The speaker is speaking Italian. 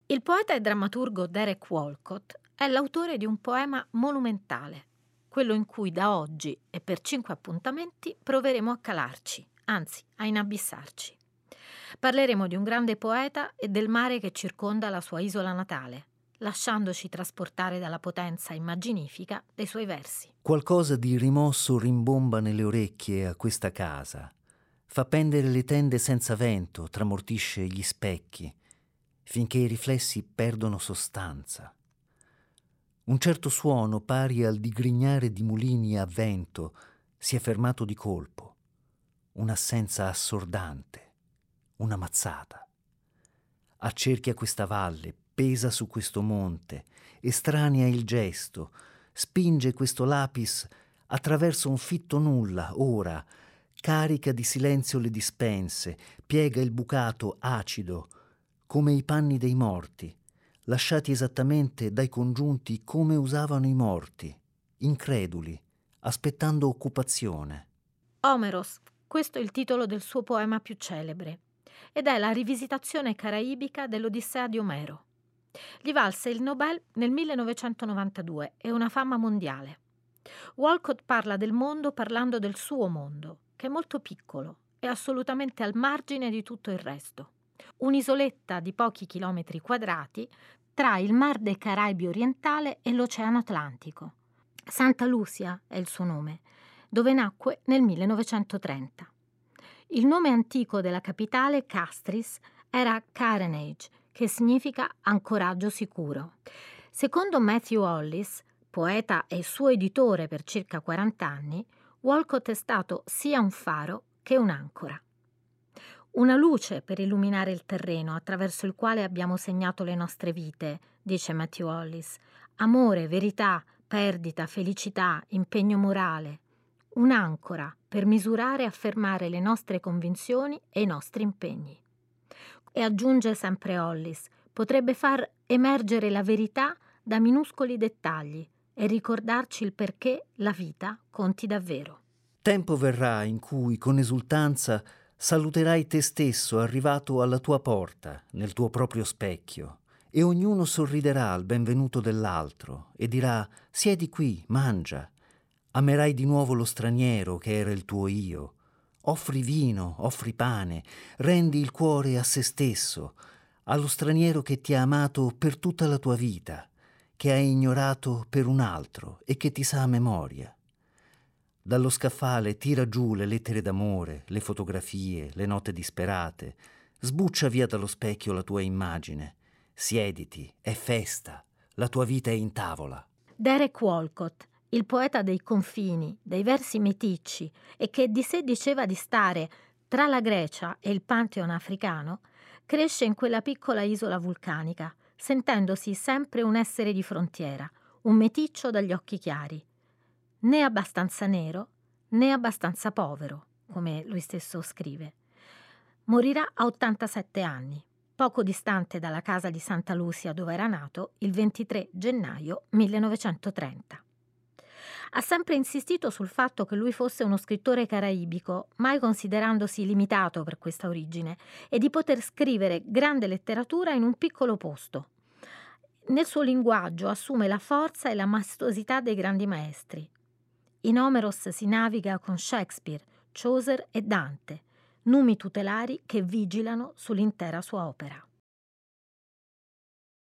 Il poeta e drammaturgo Derek Walcott è l'autore di un poema monumentale, quello in cui da oggi e per 5 appuntamenti proveremo a calarci, anzi a inabissarci. Parleremo di un grande poeta e del mare che circonda la sua isola natale, lasciandoci trasportare dalla potenza immaginifica dei suoi versi. Qualcosa di rimosso rimbomba nelle orecchie a questa casa. Fa pendere le tende senza vento, tramortisce gli specchi, finché i riflessi perdono sostanza. Un certo suono, pari al digrignare di mulini a vento, si è fermato di colpo. Un'assenza assordante, una mazzata. Accerchia questa valle, pesa su questo monte, estranea il gesto, spinge questo lapis attraverso un fitto nulla, ora, carica di silenzio le dispense, piega il bucato acido, come i panni dei morti, lasciati esattamente dai congiunti come usavano i morti, increduli, aspettando occupazione. Omeros, questo è il titolo del suo poema più celebre, ed è la rivisitazione caraibica dell'Odissea di Omero. Gli valse il Nobel nel 1992 e una fama mondiale. Walcott parla del mondo parlando del suo mondo, che è molto piccolo e assolutamente al margine di tutto il resto. Un'isoletta di pochi chilometri quadrati tra il Mar dei Caraibi orientale e l'Oceano Atlantico. Santa Lucia è il suo nome, dove nacque nel 1930. Il nome antico della capitale, Castris, era Carenage, che significa ancoraggio sicuro. Secondo Matthew Hollis, poeta e suo editore per circa 40 anni, Walcott è stato sia un faro che un'ancora. Una luce per illuminare il terreno attraverso il quale abbiamo segnato le nostre vite, dice Matthew Hollis. Amore, verità, perdita, felicità, impegno morale. Un'ancora per misurare e affermare le nostre convinzioni e i nostri impegni. E aggiunge sempre Hollis, potrebbe far emergere la verità da minuscoli dettagli e ricordarci il perché la vita conti davvero. Tempo verrà in cui, con esultanza, saluterai te stesso arrivato alla tua porta, nel tuo proprio specchio, e ognuno sorriderà al benvenuto dell'altro e dirà «Siedi qui, mangia». Amerai di nuovo lo straniero che era il tuo io. Offri vino, offri pane, rendi il cuore a se stesso, allo straniero che ti ha amato per tutta la tua vita, che hai ignorato per un altro e che ti sa a memoria. Dallo scaffale tira giù le lettere d'amore, le fotografie, le note disperate. Sbuccia via dallo specchio la tua immagine. Siediti, è festa, la tua vita è in tavola. Derek Walcott, il poeta dei confini, dei versi meticci e che di sé diceva di stare tra la Grecia e il Pantheon africano, cresce in quella piccola isola vulcanica, sentendosi sempre un essere di frontiera, un meticcio dagli occhi chiari. Né abbastanza nero, né abbastanza povero, come lui stesso scrive. Morirà a 87 anni, poco distante dalla casa di Santa Lucia dove era nato il 23 gennaio 1930. Ha sempre insistito sul fatto che lui fosse uno scrittore caraibico, mai considerandosi limitato per questa origine, e di poter scrivere grande letteratura in un piccolo posto. Nel suo linguaggio assume la forza e la maestosità dei grandi maestri. In Omeros si naviga con Shakespeare, Chaucer e Dante, numi tutelari che vigilano sull'intera sua opera.